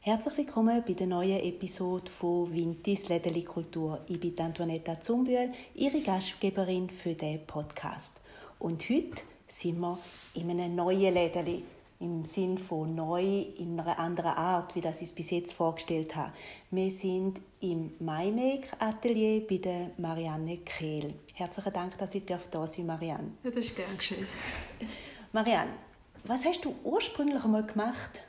Herzlich willkommen bei der neuen Episode von Vintis Lädeli Kultur. Ich bin Antoinetta Zumbühl, Ihre Gastgeberin für diesen Podcast. Und heute sind wir in einem neuen Lädeli, im Sinn von neu, in einer anderen Art, wie das ich es bis jetzt vorgestellt habe. Wir sind im MyMake-Atelier bei der Marianne Kehl. Herzlichen Dank, dass ich da sein darf, Marianne. Ja, das ist gern geschehen. Marianne, was hast du ursprünglich einmal gemacht?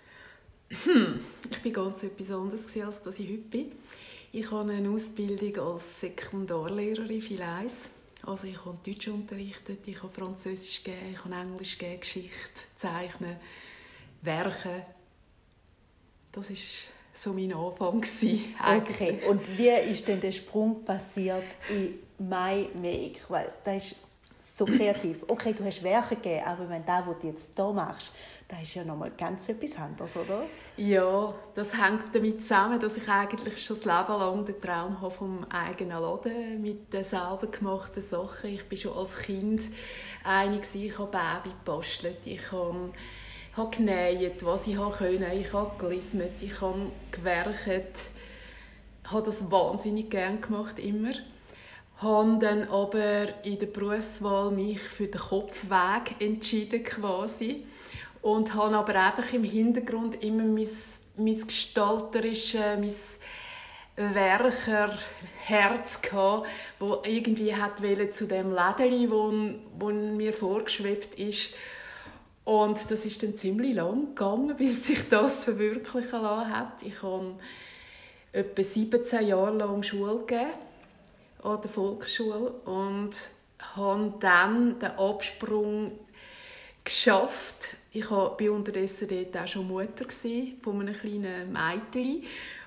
Ich war ganz etwas anderes, als dass ich heute bin. Ich habe eine Ausbildung als Sekundarlehrerin viel eins. Also ich habe Deutsch unterrichtet, ich habe Französisch gegeben, ich habe Englisch gegeben, Geschichte, Zeichnen, Werken. Das war so mein Anfang. Okay, und wie ist denn der Sprung passiert in MyMake? Weil das ist so kreativ. Okay, du hast Werke gegeben, aber wenn das, was du jetzt hier machst, das ist ja nochmal ganz etwas anderes, oder? Ja, das hängt damit zusammen, dass ich eigentlich schon das Leben lang den Traum habe vom eigenen Laden mit den selber gemachten Sachen. Ich war schon als Kind eine, ich habe Baby gebastelt, ich habe genäht, was ich konnte, ich habe gelismet, ich habe gewerkt. Ich habe das wahnsinnig gerne gemacht, immer. Habe dann aber in der Berufswahl mich für den Kopfweg entschieden quasi. Und habe aber einfach im Hintergrund immer mein gestalterisches, mein Werkerherz gehabt, das irgendwie zu dem Lädeli, wo mir vorgeschwebt ist. Und das ist dann ziemlich lang gegangen, bis sich das verwirklichen lassen hat. Ich habe etwa 17 Jahre lang Schule gegeben, an der Volksschule, und habe dann den Absprung geschafft. Ich war unterdessen dort auch schon Mutter von einem kleinen Mädchen,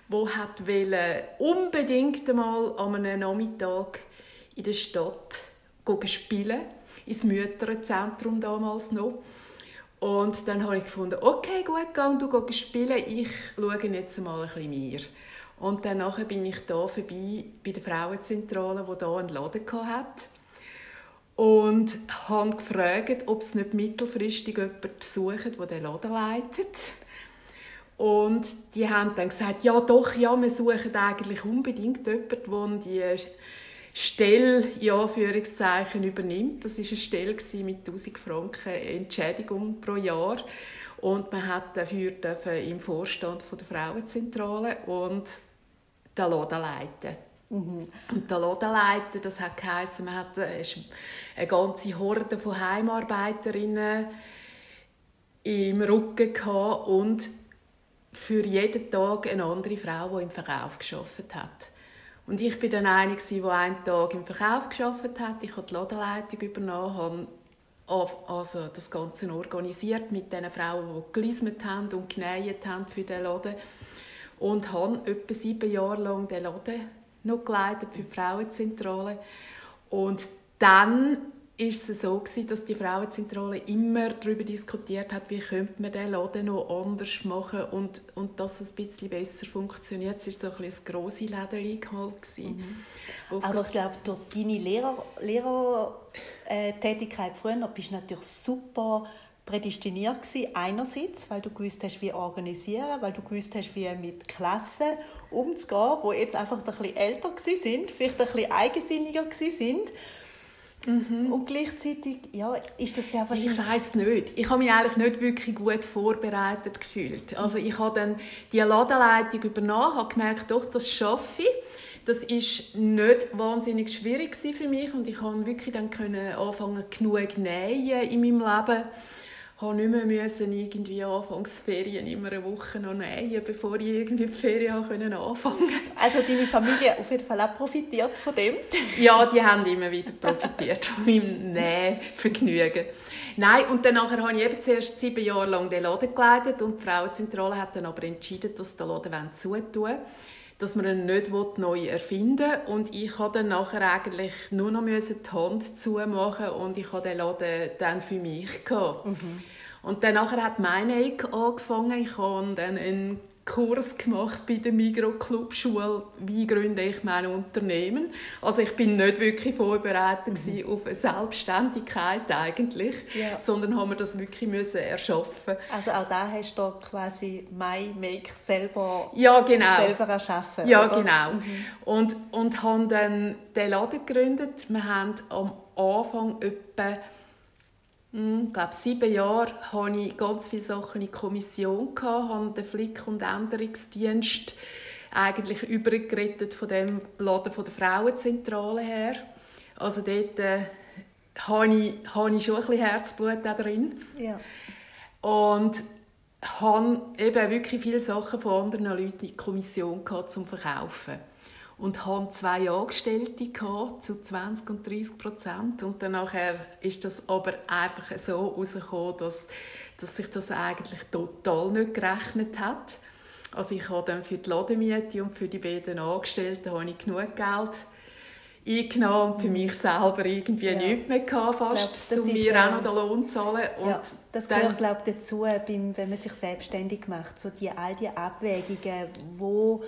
das unbedingt einmal an einem Nachmittag in der Stadt spielen, ins Mütterzentrum damals noch. Und dann habe ich gefunden, okay, gut, geh du spielen, ich schaue jetzt mal ein bisschen mir. Und dann bin ich da vorbei bei der Frauenzentrale, die hier einen Laden hatte. Und habe gefragt, ob es nicht mittelfristig jemanden sucht, der den Laden leitet. Und die haben dann gesagt, ja doch, ja, wir suchen eigentlich unbedingt jemanden, der die Stelle in Anführungszeichen übernimmt. Das war eine Stelle mit 1000 Franken Entschädigung pro Jahr. Und man hat dafür im Vorstand der Frauenzentrale und den Laden leiten. Und der Ladenleiter, das hat geheissen, man hat eine ganze Horde von Heimarbeiterinnen im Rücken gehabt und für jeden Tag eine andere Frau, die im Verkauf gearbeitet hat. Und ich war dann eine, die einen Tag im Verkauf gearbeitet hat. Ich habe die Ladenleitung übernommen, habe das Ganze organisiert mit den Frauen, die gelismet haben und genäht haben für den Laden. Und habe etwa 7 Jahre lang den Laden noch geleitet für die Frauenzentrale. Und dann war es so, dass die Frauenzentrale immer darüber diskutiert hat, wie könnte man den Laden noch anders machen und dass es ein bisschen besser funktioniert. Es war so ein grosses Lädeli halt. Aber ich glaube, durch deine Lehrertätigkeit früher bist du natürlich super prädestiniert gewesen, einerseits, weil du gewusst hast, wie organisieren, weil du gewusst hast, wie mit Klassen umzugehen, die jetzt einfach ein bisschen älter waren, vielleicht ein bisschen eigensinniger waren. Und gleichzeitig, ja, ist das sehr wahrscheinlich... Ich weiss nicht. Ich habe mich eigentlich nicht wirklich gut vorbereitet gefühlt. Also ich habe dann die Ladenleitung übernommen, habe gemerkt, doch, das schaffe ich. Das war nicht wahnsinnig schwierig für mich und ich konnte wirklich dann anfangen, genug nähen in meinem Leben. Ich musste nicht mehr irgendwie Anfangsferien immer eine Woche noch nähen, bevor ich irgendwie die Ferien anfangen konnte. Also deine Familie auf jeden Fall auch profitiert von dem? Ja, die haben immer wieder profitiert von meinem Nähvergnügen. Nein, und dann habe ich eben zuerst 7 Jahre lang den Laden geleitet und die Frauenzentrale hat dann aber entschieden, dass sie den Laden zutun wollen, dass man ihn nicht neu erfinden will. Und ich habe dann nachher eigentlich nur noch die Hand zumachen und ich hatte den Laden dann für mich gehabt. Und dann nachher hat MyMake angefangen. Ich habe dann einen Kurs gemacht bei der Migros-Clubschule, wie gründe ich mein Unternehmen. Also ich bin nicht wirklich vorbereitet auf eine Selbstständigkeit eigentlich, sondern haben wir das wirklich müssen erschaffen. Also auch da hast du quasi MyMake selber erschaffen. Ja, oder? Genau. Und haben dann den Laden gegründet. Wir haben am Anfang etwa, ich glaube, 7 Jahre hatte ich ganz viele Sachen in Kommission, habe den Flick- und Änderungsdienst eigentlich übergerettet von dem Laden von der Frauenzentrale her. Also dort habe ich schon ein bisschen Herzblut drin. Ja. Und habe eben wirklich viele Sachen von anderen Leuten in Kommission zum Verkaufen. Und hatte 2 Angestellte zu 20 und 30%. Und dann ist das aber einfach so herausgekommen, dass sich das eigentlich total nicht gerechnet hat. Also ich habe dann für die Ladenmiete und für die beiden Angestellten habe ich genug Geld eingenommen und für mich selber irgendwie nichts mehr gehabt, fast, um mir auch noch den Lohn zu zahlen. Und das gehört, glaube ich, dazu, wenn man sich selbstständig macht. So all die Abwägungen, wo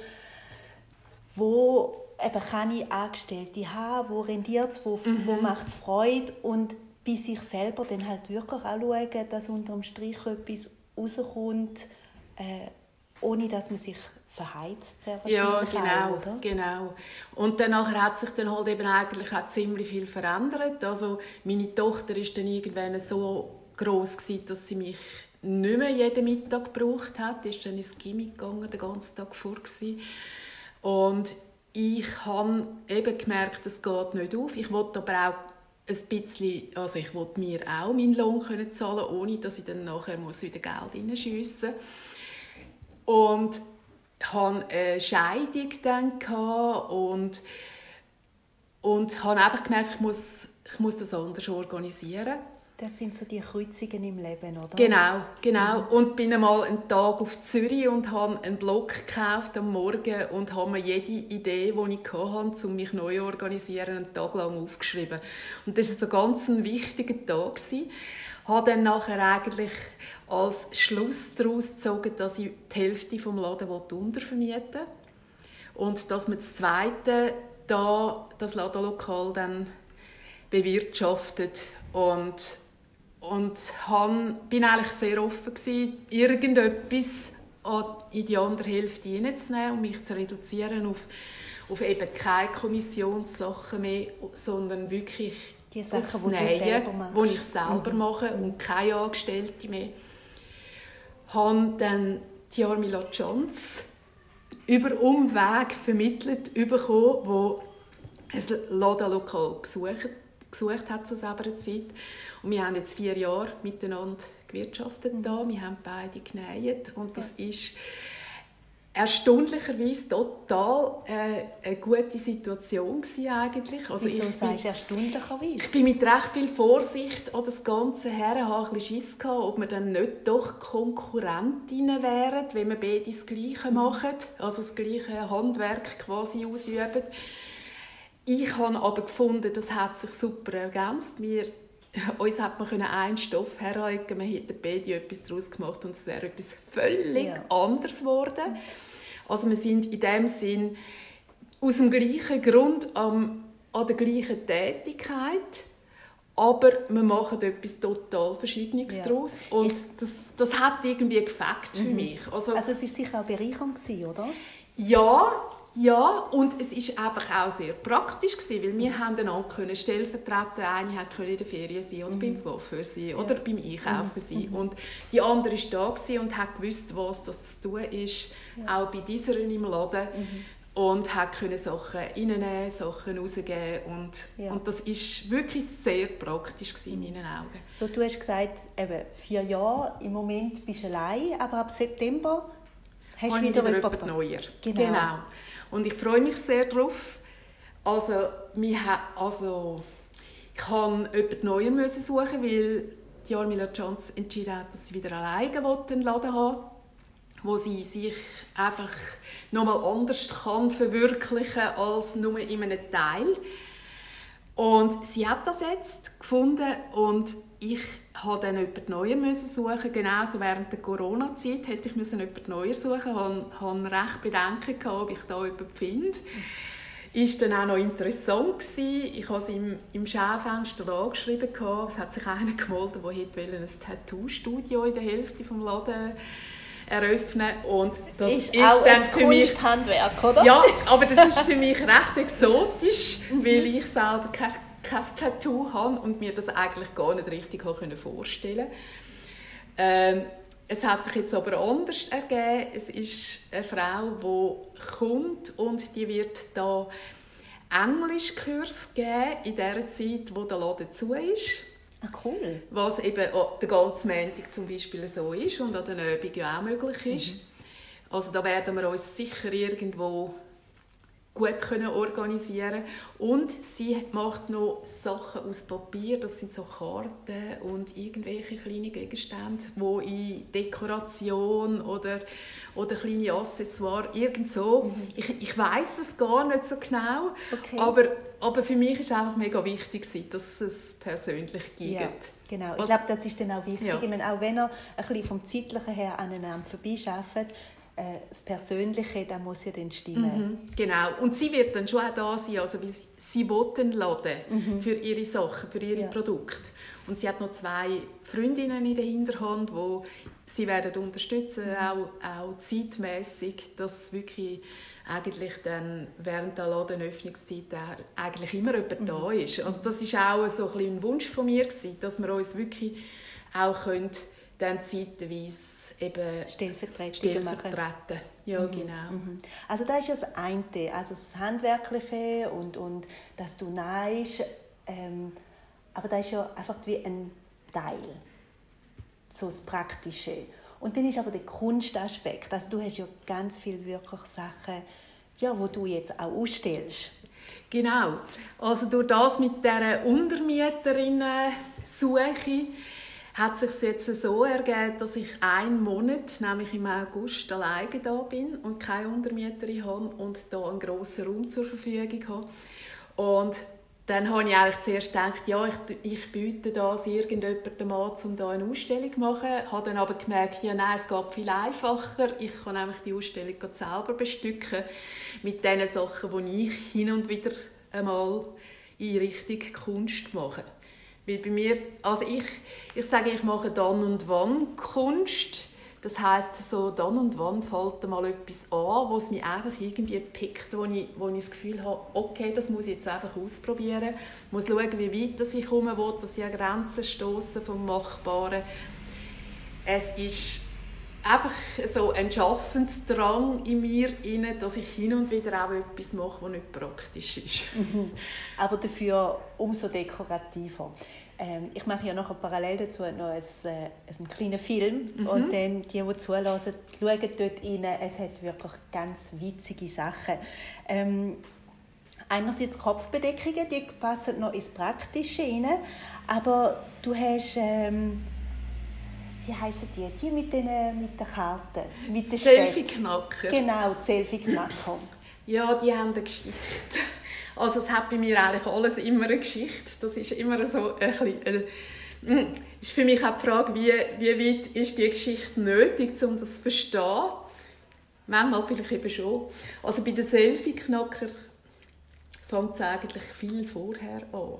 eben kann ich Angestellte haben, wo rendiert es, wo macht es Freude und bei sich selber dann halt wirklich auch schauen, dass unterm Strich etwas rauskommt, ohne dass man sich verheizt, sehr wahrscheinlich. Ja, auch, oder? Genau. Und danach hat sich dann halt eben eigentlich auch ziemlich viel verändert. Also meine Tochter ist dann irgendwann so gross gewesen, dass sie mich nicht mehr jeden Mittag gebraucht hat. Sie ist dann ins Gimmi gegangen, den ganzen Tag vor gewesen. Und ich habe eben gemerkt, es geht nicht auf. Ich wollte aber auch ein bisschen, also ich wollte mir auch meinen Lohn zahlen, ohne dass ich dann nachher wieder Geld reinschiessen muss. Und hatte eine Scheidung dann und habe einfach gemerkt, ich muss das anders organisieren. Das sind so die Kreuzungen im Leben, oder? Genau. Und bin einmal einen Tag auf Zürich und habe einen Blog gekauft am Morgen und habe mir jede Idee, die ich hatte, um mich neu zu organisieren, einen Tag lang aufgeschrieben. Und das war so ganz ein wichtiger Tag. Ich habe dann nachher eigentlich als Schluss daraus gezogen, dass ich die Hälfte des Ladens untervermieten will. Und dass wir das zweite das Ladenlokal dann bewirtschaftet. Und bin eigentlich sehr offen gewesen, irgendetwas in die andere Hälfte hineinzunehmen und mich zu reduzieren auf eben keine Kommissionssachen mehr, sondern wirklich die Sachen, aufs die ich selber mache und keine Angestellte mehr. Ich habe dann die Jarmila Schanz über Umweg vermittelt bekommen, die ein Ladenlokal gesucht hat zu selber Zeit. Und wir haben jetzt 4 Jahre miteinander gewirtschaftet da. Wir haben beide genäht und das ist erstaunlicherweise total eine gute Situation eigentlich. Also wieso sagst du erstaunlicherweise? Ich bin mit recht viel Vorsicht an das Ganze her, habe ein bisschen Schiss gehabt, ob wir dann nicht doch Konkurrentinnen wären, wenn wir beide das Gleiche machen, also das gleiche Handwerk quasi ausüben. Ich habe aber gefunden, das hat sich super ergänzt. Uns hat man einen Stoff herlegen, wir hätten beide etwas daraus gemacht und es wäre etwas völlig anderes geworden. Also wir sind in dem Sinn aus dem gleichen Grund an der gleichen Tätigkeit, aber wir machen etwas total Verschiedenes daraus. Und das hat irgendwie gefällt für mich. Also es war sicher auch bereichernd, oder? Ja, und es war einfach auch sehr praktisch, weil wir einander stellvertreten. Der eine konnte in der Ferien sein oder beim Coiffeur sein oder beim Einkaufen sein. Und die andere war da und hat gewusst, was das zu tun ist, auch bei dieser im Laden. Und konnte Sachen reinnehmen, Sachen rausgeben. Und das war wirklich sehr praktisch in meinen Augen. So, du hast gesagt, eben 4 Jahre, im Moment bist du allein, aber ab September hast du wieder jemanden neuer. Genau. Und ich freue mich sehr darauf. Also, ich musste jemand Neuem suchen, weil die Jarmila Schanz entschieden hat, dass sie wieder alleine einen Laden haben will, wo sie sich einfach nochmal anders verwirklichen kann als nur in einem Teil. Und sie hat das jetzt gefunden und ich habe dann jemand Neues suchen. Genauso während der Corona-Zeit hätte ich jemand Neues suchen. Ich hatte recht Bedenken gehabt, ob ich da jemanden finde. Ist dann auch noch interessant gewesen. Ich habe es im Schaufenster angeschrieben. Es hat sich einer gemeldet, der ein Tattoo-Studio in der Hälfte des Ladens eröffnen. Und das ist auch dann ein für mich Kunsthandwerk, oder? Ja, aber das ist für mich recht exotisch, weil ich selber kein Tattoo habe und mir das eigentlich gar nicht richtig vorstellen konnte. Es hat sich jetzt aber anders ergeben. Es ist eine Frau, die kommt und die wird da Englischkurs geben in der Zeit, wo der Laden zu ist. Ah, cool. Was eben den ganzen Montag zum Beispiel so ist und an den Abenden ja auch möglich ist. Also da werden wir uns sicher irgendwo gut organisieren. Und sie macht noch Sachen aus Papier, das sind so Karten und irgendwelche kleine Gegenstände, die in Dekoration oder kleine Accessoires irgend so. Ich weiss es gar nicht so genau, okay. aber für mich ist es einfach mega wichtig, dass es persönlich gibt. Ja, genau. Ich glaube, das ist dann auch wichtig. Ja. Ich meine, auch wenn er ein bisschen vom Zeitlichen her aneinander vorbeiarbeitet, das Persönliche, das muss ja dann stimmen. Genau. Und sie wird dann schon auch da sein, also sie will einen Laden für ihre Sachen, für ihre Produkte. Und sie hat noch 2 Freundinnen in der Hinterhand, die sie werden unterstützen, auch zeitmässig, dass wirklich eigentlich dann während der Ladenöffnungszeit eigentlich immer jemand da ist. Also das war auch so ein bisschen ein Wunsch von mir, dass wir uns wirklich auch dann zeitweise eben stellvertreten. Ja, genau. Also das ist ja das eine, also das Handwerkliche und dass du neigst, aber das ist ja einfach wie ein Teil, so das Praktische. Und dann ist aber der Kunstaspekt, also du hast ja ganz viele wirklich Sachen, ja, wo du jetzt auch ausstellst. Genau, also durch das mit dieser Untermieterinnen-Suche hat es sich jetzt so ergeben, dass ich 1 Monat, nämlich im August, alleine da bin und keine Untermieterin habe und hier einen grossen Raum zur Verfügung habe. Und dann habe ich eigentlich zuerst gedacht, ja, ich biete das irgendjemandem an, um hier eine Ausstellung zu machen. Ich habe dann aber gemerkt, ja, nein, es geht viel einfacher. Ich kann nämlich die Ausstellung selber bestücken mit den Sachen, die ich hin und wieder einmal in Richtung Kunst mache. Weil bei mir, also ich sage, ich mache dann und wann Kunst. Das heisst, so dann und wann fällt mal etwas an, was mich einfach irgendwie pickt, wo ich das Gefühl habe, okay, das muss ich jetzt einfach ausprobieren. Ich muss schauen, wie weit ich kommen will, dass ich an Grenzen stosse vom Machbaren. Es ist einfach so ein Schaffensdrang in mir, dass ich hin und wieder auch etwas mache, was nicht praktisch ist. Aber dafür umso dekorativer. Ich mache ja noch parallel dazu noch einen kleinen Film. Und dann die zuhören, schauen dort rein. Es hat wirklich ganz witzige Sachen. Einerseits Kopfbedeckungen, die passen noch ins Praktische rein. Aber du hast... wie heissen die? Die mit den Karten, mit den Selfie-Knacker. Genau, Selfie-Knacker. Ja, die haben eine Geschichte. Also es hat bei mir eigentlich alles immer eine Geschichte. Das ist immer so ein bisschen, ist für mich auch die Frage, wie weit ist die Geschichte nötig, um das zu verstehen. Manchmal vielleicht eben schon. Also bei den Selfie-Knacker fängt es eigentlich viel vorher an.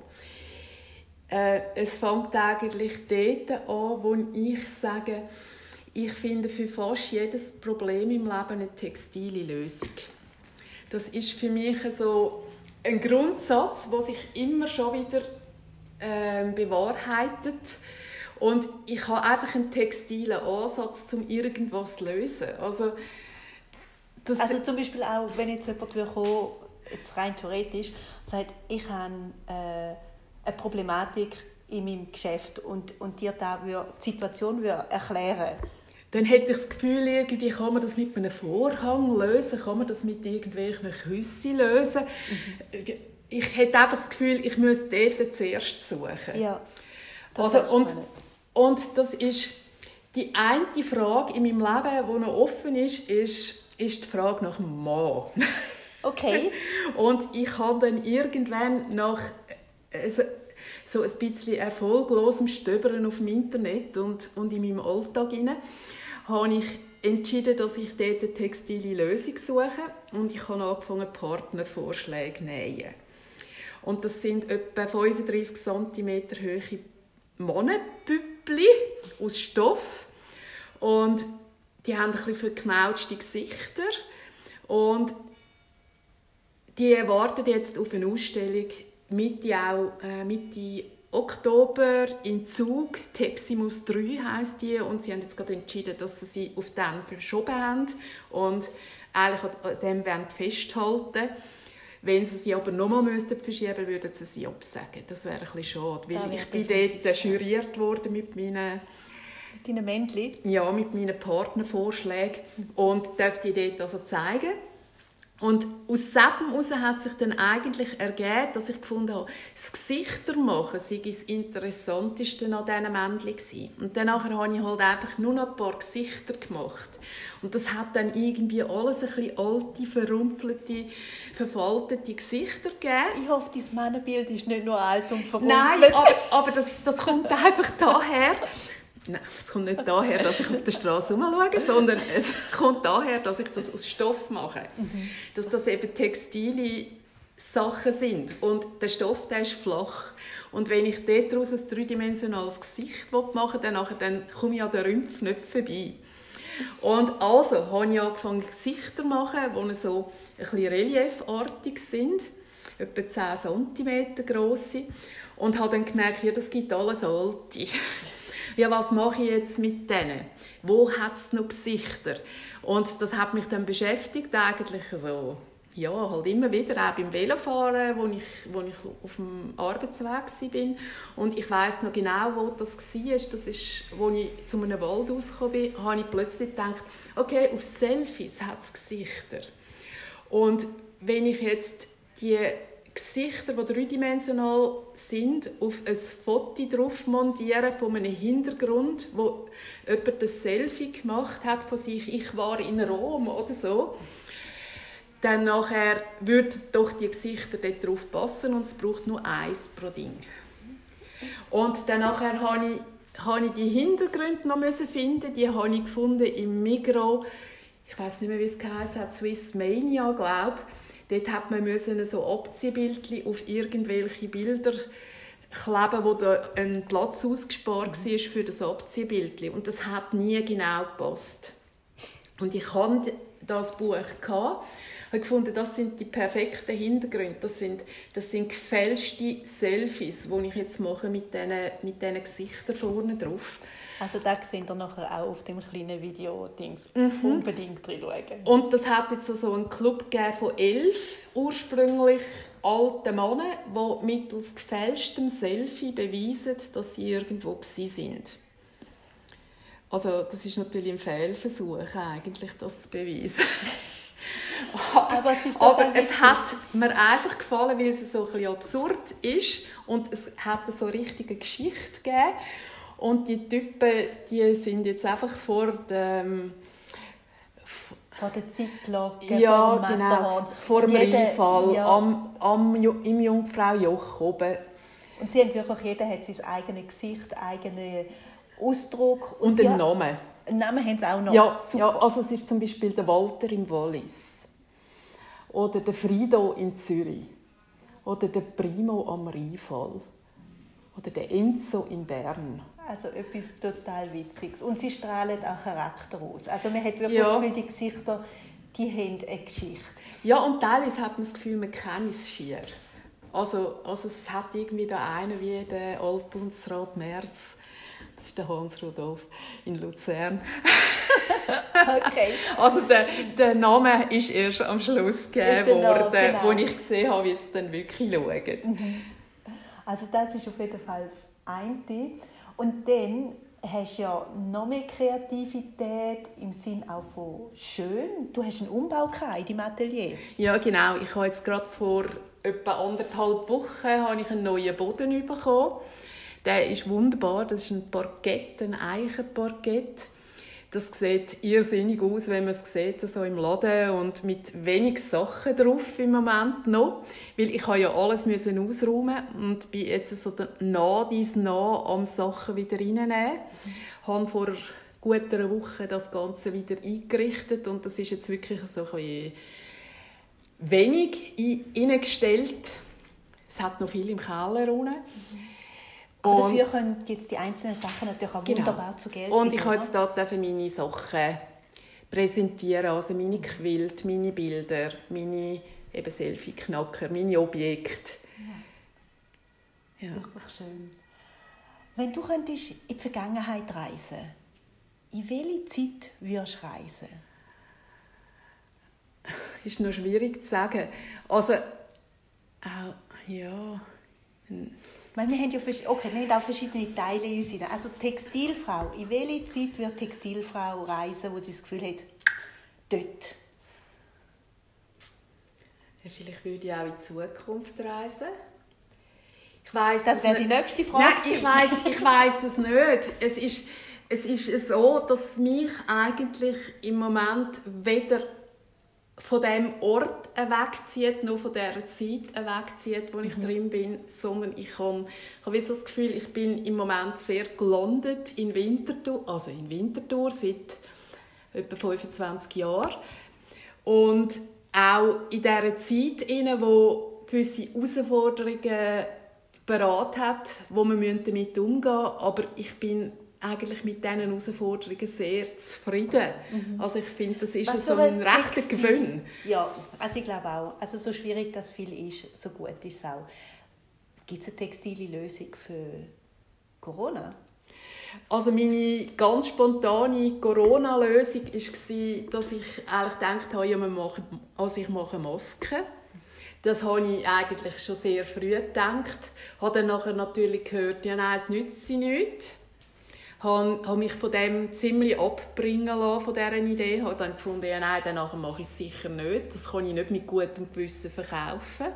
Es fängt eigentlich dort an, wo ich sage, ich finde für fast jedes Problem im Leben eine textile Lösung. Das ist für mich so ein Grundsatz, der sich immer schon wieder bewahrheitet. Und ich habe einfach einen textilen Ansatz, um irgendwas zu lösen. Also zum Beispiel auch, wenn jetzt jemand kommt, jetzt rein theoretisch, sagt, ich habe eine Problematik in meinem Geschäft und dir die Situation erklären. Dann hätte ich das Gefühl, irgendwie kann man das mit einem Vorhang lösen, kann man das mit irgendwelchen Küssen lösen. Ich hätte einfach das Gefühl, ich müsste dort zuerst suchen. Ja, und das ist die eine Frage in meinem Leben, die noch offen ist die Frage nach dem Mann. Okay. Und ich habe dann irgendwann so ein bisschen erfolglosem Stöbern auf dem Internet und in meinem Alltag hinein, habe ich entschieden, dass ich dort eine textile Lösung suche und ich habe angefangen, Partnervorschläge zu nähen. Und das sind etwa 35 cm hohe Mannenpüppli aus Stoff und die haben ein bisschen verknautschte Gesichter und die warten jetzt auf eine Ausstellung Mitte Oktober in Zug. Teximus 3 heisst die und sie haben jetzt gerade entschieden, dass sie auf den verschoben haben und eigentlich an dem festhalten. Wenn sie aber nochmal verschieben müssten, würden sie absagen. Das wäre ein bisschen schade, weil ich bin dort juriert worden mit meinen Männchen? Ja, mit meinen Partnervorschlägen und dürfte ich dort also zeigen. Und aus dem heraus hat sich dann eigentlich ergeben, dass ich gefunden habe, das Gesichter machen sei das Interessanteste an diesen Männchen. Und dann habe ich halt einfach nur noch ein paar Gesichter gemacht. Und das hat dann irgendwie alles ein bisschen alte, verrumpfelte, verfaltete Gesichter gegeben. Ich hoffe, dein Männerbild ist nicht nur alt und verrumpelt. Nein, aber das kommt einfach daher. Nein, es kommt nicht daher, dass ich auf der Straße herumschaue, sondern es kommt daher, dass ich das aus Stoff mache. Dass das eben textile Sachen sind. Und der Stoff, der ist flach. Und wenn ich daraus ein dreidimensionales Gesicht machen will, dann komme ich an den Rümpfen nicht vorbei. Und also habe ich angefangen, Gesichter zu machen, die so ein bisschen reliefartig sind, etwa 10 cm grosse. Und habe dann gemerkt, ja, das gibt alles Alte. Ja, was mache ich jetzt mit denen? Wo hat es noch Gesichter? Und das hat mich dann beschäftigt, eigentlich so, ja, halt immer wieder, auch beim Velofahren, wo ich auf dem Arbeitsweg war. Und ich weiss noch genau, wo das war. Das ist, als ich zu einem Wald rausgekommen bin, habe ich plötzlich gedacht, okay, auf Selfies hat es Gesichter. Und wenn ich jetzt die Gesichter, die dreidimensional sind, auf ein Foto drauf montieren von einem Hintergrund, wo jemand ein Selfie gemacht hat von sich, ich war in Rom oder so, dann nachher würden doch die Gesichter dort drauf passen und es braucht nur eins pro Ding. Und dann nachher habe ich die Hintergründe noch finden. Die habe ich gefunden im Migros. Ich weiß nicht mehr, wie es geheißen hat, Swissmania, glaube ich. Dort hat man so Abziehbildchen auf irgendwelche Bilder kleben, wo da ein Platz ausgespart war für das Abziehbildchen. Und das hat nie genau gepasst. Und ich hatte das Buch gehabt, habe gefunden, das sind die perfekten Hintergründe. Das sind gefälschte Selfies, die ich jetzt mache mit diesen Gesichtern vorne drauf. Also da seht ihr nachher auch auf dem kleinen Video-Dings unbedingt drin schauen. Und das hat jetzt so einen Club von 11 ursprünglich alten Männern, die mittels gefälschtem Selfie beweisen, dass sie irgendwo sind. Also das ist natürlich ein Fehlversuch, eigentlich, das zu beweisen. aber es hat mir einfach gefallen, weil es so ein bisschen absurd ist und es hat so eine richtige Geschichte gegeben. Und die Typen, die sind jetzt einfach vor der Zeitlage, ja, genau, vor dem Rheinfall, ja. Im Jungfraujoch oben. Und sie haben wirklich, jeder hat sein eigenes Gesicht, eigenen Ausdruck. Und einen Namen. Einen Namen haben sie auch noch. Ja, ja, also es ist zum Beispiel der Walter im Wallis. Oder der Frido in Zürich. Oder der Primo am Rheinfall. Oder der Enzo in Bern. Also etwas total Witziges. Und sie strahlen auch Charakter aus. Also man hat wirklich das Gefühl, die Gesichter, die haben eine Geschichte. Ja, und teilweise hat man das Gefühl, man kennt es schier. Also es hat irgendwie da einen wie der Altbundesrat Merz. Das ist der Hans Rudolf in Luzern. Okay. Also der Name ist erst am Schluss gegeben worden, genau. Wo ich gesehen habe, wie es dann wirklich schaut. Also das ist auf jeden Fall das eine. Und dann hast du ja noch mehr Kreativität im Sinn auch von schön. Du hast einen Umbau in deinem Atelier. Ja, genau. Ich habe jetzt gerade vor etwa 1,5 Wochen einen neuen Boden bekommen. Der ist wunderbar. Das ist ein Parkett, ein Eichenparkett Das sieht irrsinnig aus, wenn man es sieht, so im Laden und mit wenig Sachen drauf im Moment noch. Weil ich ja alles ausräumen und bin jetzt so nah am Sachen wieder reinnehmen. Ich habe vor gut einer Woche das Ganze wieder eingerichtet und das ist jetzt wirklich so ein bisschen wenig eingestellt. Es hat noch viel im Keller unten. Aber dafür können jetzt die einzelnen Sachen natürlich auch wunderbar zu Geld Und ich kann jetzt hier meine Sachen präsentieren, also meine Quilt, meine Bilder, meine Selfie-Knacker, meine Objekte. Ja. Wirklich schön. Wenn du könntest in die Vergangenheit reisen, in welche Zeit würdest du reisen? Ist noch schwierig zu sagen. Also, ja. Weil wir haben ja wir haben auch verschiedene Teile in uns. Also Textilfrau. In welche Zeit wird Textilfrau reisen, wo sie das Gefühl hat, dort? Ja, vielleicht würde ich auch in die Zukunft reisen. Ich weiss, das wäre die nächste Frage. Nein, ich weiss es nicht. Es ist so, dass mich eigentlich im Moment weder von dem Ort wegzieht, noch von der Zeit wegzieht, wo ich drin bin, sondern ich habe das Gefühl, ich bin im Moment sehr gelandet in Winterthur seit etwa 25 Jahren. Und auch in dieser Zeit, wo gewisse Herausforderungen parat hat, wo wir damit umgehen müssen. Aber ich bin eigentlich mit diesen Herausforderungen sehr zufrieden. Also ich finde, das ist so ein rechter Gewinn. Ja, also ich glaube auch. Also so schwierig das viel ist, so gut ist es auch. Gibt es eine textile Lösung für Corona? Also meine ganz spontane Corona-Lösung war, dass ich eigentlich gedacht habe, ich mache Masken. Das habe ich eigentlich schon sehr früh gedacht. Habe dann nachher natürlich gehört, ja nein, es nützt sie nicht. Habe mich von dem ziemlich abbringen lassen, von dieser Idee. Habe dann gefunden, ja nein, danach mache ich es sicher nicht. Das kann ich nicht mit gutem Gewissen verkaufen.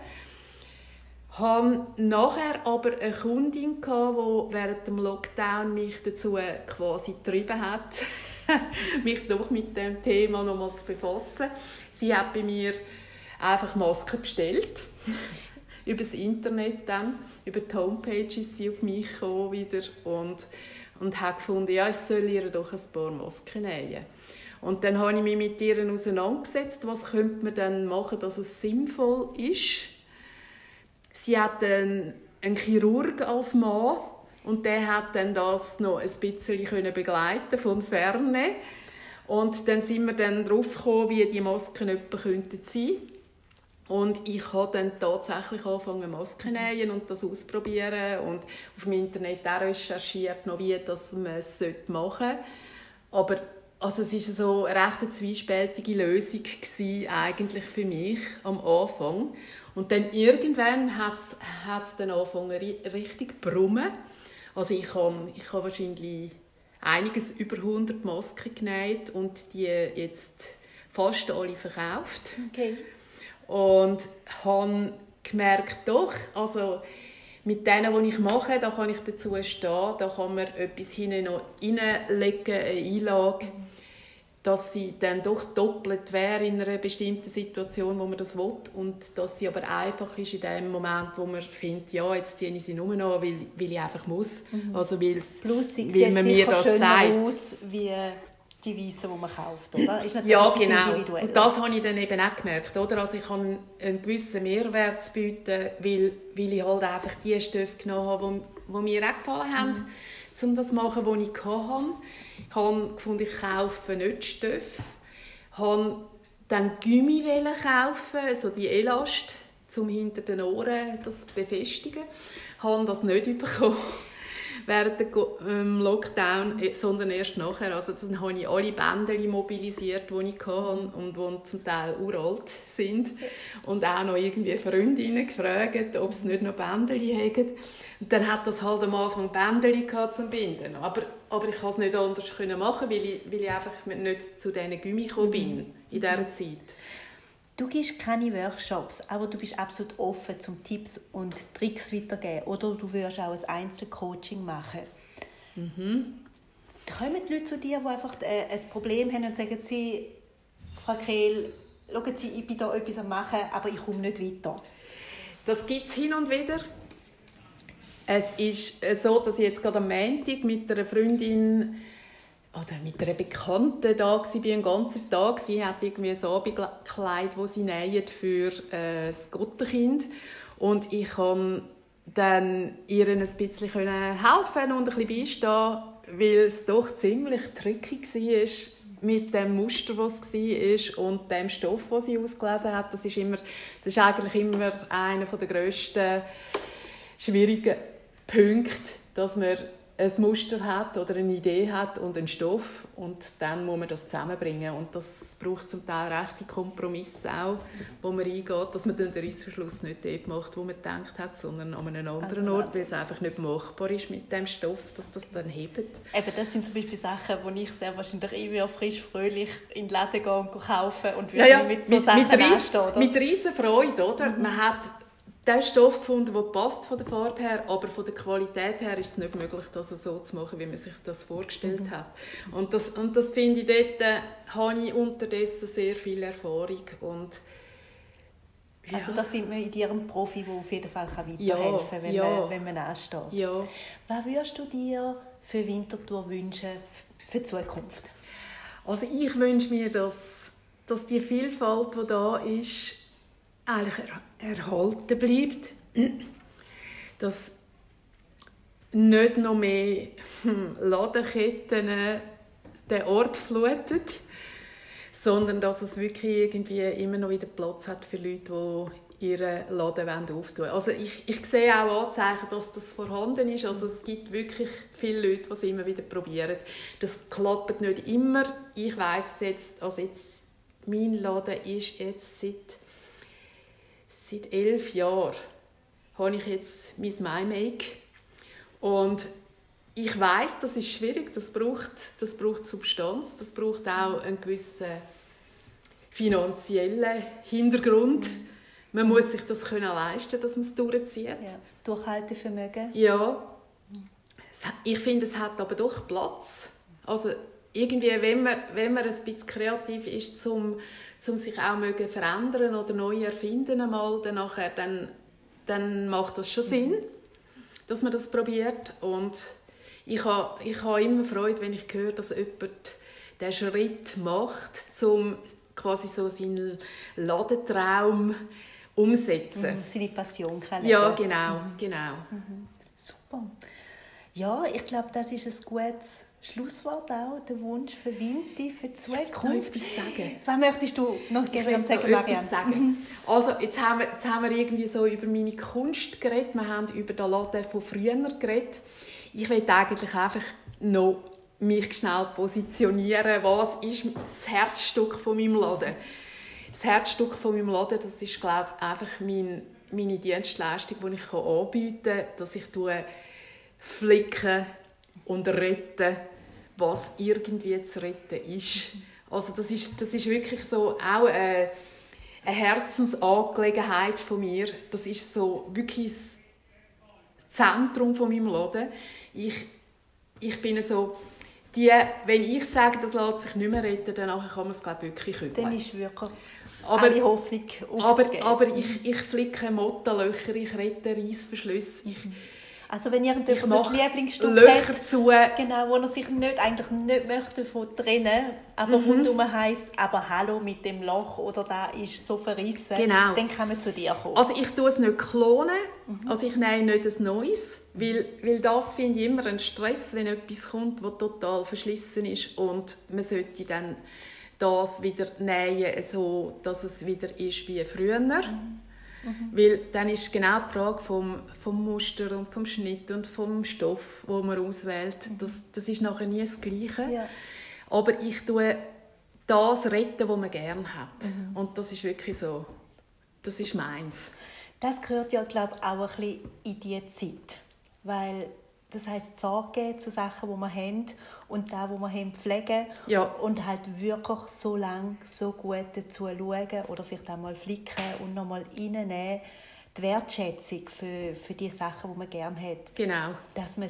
Habe nachher aber eine Kundin, die während dem Lockdown mich dazu quasi getrieben hat, mich doch mit dem Thema nochmal zu befassen. Sie hat bei mir einfach Masken bestellt. Über das Internet dann, über die Homepage ist sie auf mich gekommen wieder und habe gefunden, ja, ich soll ihr doch ein paar Masken nähen. Und dann habe ich mich mit ihr auseinandergesetzt, was könnte man dann machen, dass es sinnvoll ist. Sie hat einen Chirurg als Mann und der hat dann das noch ein bisschen begleiten von Ferne. Und dann sind wir dann drauf gekommen, wie die Masken etwa sein könnten. Und ich habe dann tatsächlich angefangen, Masken zu nähen und das ausprobieren und auf dem Internet auch recherchiert, noch wie das man es machen sollte. Aber also es war so eine recht zwiespältige Lösung eigentlich für mich am Anfang. Und dann irgendwann hat es dann angefangen richtig brummen. Also ich habe wahrscheinlich einiges über 100 Masken genäht und die jetzt fast alle verkauft. Okay. Und habe gemerkt, doch, also mit denen, die ich mache, da kann ich dazu stehen, da kann man etwas hinten noch reinlegen, eine Einlage, dass sie dann doch doppelt wäre in einer bestimmten Situation, wo man das will, und dass sie aber einfach ist in dem Moment, wo man findet, ja, jetzt ziehe ich sie nur noch, weil ich einfach muss. Also weil man mir das sagt. Aus wie die Weissen, die man kauft, oder? Ist natürlich ja, genau. Und das habe ich dann eben auch gemerkt, oder? Also ich habe einen gewissen Mehrwert zu bieten, weil ich halt einfach die Stoffe genommen habe, die mir auch gefallen haben, um das zu machen, was ich hatte. Ich habe gefunden, ich kaufe nicht Stoffe. Ich wollte dann Gummi kaufen, so die Elast, um hinter den Ohren das zu befestigen. Ich habe das nicht bekommen während dem Lockdown, sondern erst nachher. Also dann habe ich alle Bänder mobilisiert, die ich hatte und die zum Teil uralt sind. Und auch noch irgendwie Freundinnen gefragt, ob sie nicht noch Bänder haben. Und dann hat das halt am Anfang Bänder zum Binden. Aber ich konnte es nicht anders machen, weil ich einfach nicht zu diesen Gummi gekommen bin in dieser Zeit. Du gibst keine Workshops, aber du bist absolut offen, um Tipps und Tricks weiterzugeben. Oder du würdest auch ein Einzelcoaching machen. Kommen die Leute zu dir, die einfach ein Problem haben und sagen, Frau Kehl, schauen Sie, ich bin da etwas am machen, aber ich komme nicht weiter? Das gibt es hin und wieder. Es ist so, dass ich jetzt gerade am Montag mit einer Freundin oder mit einer Bekannten da war, den ganzen Tag. Sie hat irgendwie ein Abendkleid, das sie nähen für das Gottenkind. Und ich konnte dann ihr ein bisschen helfen und ein bisschen beistehen, weil es doch ziemlich tricky war mit dem Muster, das es war und dem Stoff, den sie ausgelesen hat. Das ist eigentlich immer einer der grössten schwierigen Punkte, dass man ein Muster hat oder eine Idee hat und einen Stoff und dann muss man das zusammenbringen und das braucht zum Teil rechte Kompromisse auch, wo man eingeht, dass man den Reissverschluss nicht dort macht, wo man gedacht hat, sondern an einem anderen Ort, weil es einfach nicht machbar ist mit dem Stoff, dass das dann hebt. Eben, das sind zum Beispiel Sachen, die ich sehr wahrscheinlich immer frisch, fröhlich in den Laden gehe und kaufen und mit so Sachen anstehen. Mit riesen Freude, oder? Man hat den Stoff gefunden, der passt von der Farbe her, aber von der Qualität her ist es nicht möglich, das so zu machen, wie man sich das vorgestellt hat. Und das finde ich, dort habe ich unterdessen sehr viel Erfahrung. Und, ja. Also da findet man in dir einen Profi, der auf jeden Fall weiterhelfen kann, wenn man ansteht. Ja. Was würdest du dir für Winterthur wünschen, für die Zukunft? Also ich wünsche mir, dass die Vielfalt, die da ist, eigentlich erhalten bleibt, dass nicht noch mehr Ladenketten den Ort fluten, sondern dass es wirklich irgendwie immer noch wieder Platz hat für Leute, die ihren Laden auftun wollen. Also ich sehe auch Anzeichen, dass das vorhanden ist. Also es gibt wirklich viele Leute, die es immer wieder probieren. Das klappt nicht immer. Ich weiss jetzt, mein Laden ist jetzt seit 11 Jahren habe ich jetzt mein MyMake. Und ich weiss, das ist schwierig, das braucht Substanz, das braucht auch einen gewissen finanziellen Hintergrund. Man muss sich das leisten, dass man es durchzieht. Ja, Durchhaltevermögen. Ja. Ich finde, es hat aber doch Platz. Also irgendwie, wenn man ein bisschen kreativ ist, um sich auch verändern oder neu erfinden einmal, dann macht das schon Sinn, dass man das probiert. Und ich habe immer Freude, wenn ich höre, dass jemand den Schritt macht, um quasi so seinen Ladentraum umsetzen. Seine Passion kennen. Ja, genau. Super. Ja, ich glaube, das ist ein gutes Schlusswort auch, der Wunsch für Winti, für die Zukunft. Ich kann noch etwas sagen. Was möchtest du noch gerne sagen, Marianne? Also, jetzt haben wir irgendwie so über meine Kunst geredet, wir haben über den Laden von früher geredet. Ich will eigentlich einfach noch mich schnell positionieren, was ist das Herzstück von meinem Laden. Das Herzstück von meinem Laden, das ist, glaube ich, einfach meine Dienstleistung, die ich anbieten kann, dass ich flicken und retten, was irgendwie zu retten ist. Also das ist wirklich so auch eine Herzensangelegenheit von mir. Das ist so wirklich das Zentrum von meinem Laden. Ich bin so, wenn ich sage, das lässt sich nicht mehr retten, dann kann man es wirklich kümmern. Dann ist wirklich alle Hoffnung aufzugeben. Aber ich flicke Mottenlöcher, ich rette Reissverschlüsse. Also wenn irgendjemand das Lieblingsstück Löcher hat, zu. Genau, wo er sich eigentlich nicht möchte von trennen, aber rundherum heisst, aber hallo mit dem Loch oder da ist so verrissen, genau. Dann kann man zu dir kommen. Also ich tue es nicht klonen, also ich nehme nicht ein neues, weil das finde ich immer ein Stress, wenn etwas kommt, das total verschlissen ist und man sollte dann das wieder nähen, so dass es wieder ist wie früher. Weil dann ist genau die Frage vom Muster und vom Schnitt und vom Stoff, den man auswählt. Das ist nachher nie das Gleiche. Ja. Aber ich tue das retten, was man gerne hat. Und das ist wirklich so, das ist meins. Das gehört ja, glaube ich, auch ein bisschen in diese Zeit. Weil das heisst, Sorge geben zu Sachen, die wir haben und das, was wir haben, pflegen. Ja. Und halt wirklich so lange, so gut dazu schauen oder vielleicht auch mal flicken und nochmal reinnehmen. Die Wertschätzung für die Sachen, die man gerne hat. Genau. Dass man sich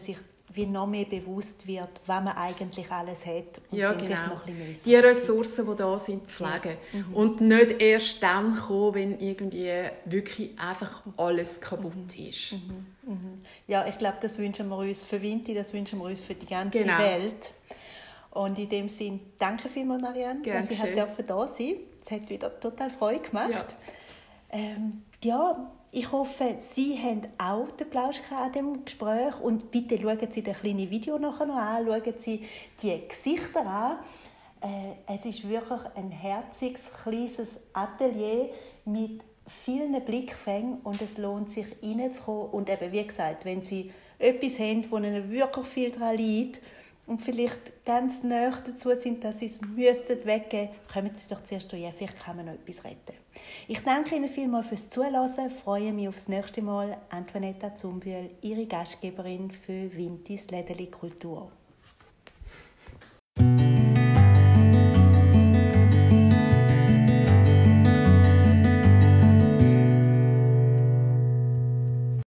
wie noch mehr bewusst wird, was man eigentlich alles hat und ja, dann genau. vielleicht noch ein bisschen mehr die Ressourcen, die da sind, pflegen. Ja. Und nicht erst dann kommen, wenn irgendwie wirklich einfach alles kaputt ist. Ja, ich glaube, das wünschen wir uns für Vinti, das wünschen wir uns für die ganze genau. Welt. Und in dem Sinne, danke vielmals, Marianne, Gern dass ich da sein durfte. Es hat wieder total Freude gemacht. Ja. Ich hoffe, Sie haben auch den Plausch an diesem Gespräch. Und bitte schauen Sie das kleine Video nachher noch an, schauen Sie die Gesichter an. Es ist wirklich ein herziges, kleines Atelier mit vielen Blickfängen und es lohnt sich, reinzukommen. Und eben, wie gesagt, wenn Sie etwas haben, wo Ihnen wirklich viel daran liegt und vielleicht ganz nahe dazu sind, dass Sie es weggeben müssten, kommen Sie doch zuerst hierher, vielleicht kann man noch etwas retten. Ich danke Ihnen vielmals fürs Zuhören, freue mich aufs nächste Mal. Antoinetta Zumbühl, Ihre Gastgeberin für Vintis Lädeli Kultur.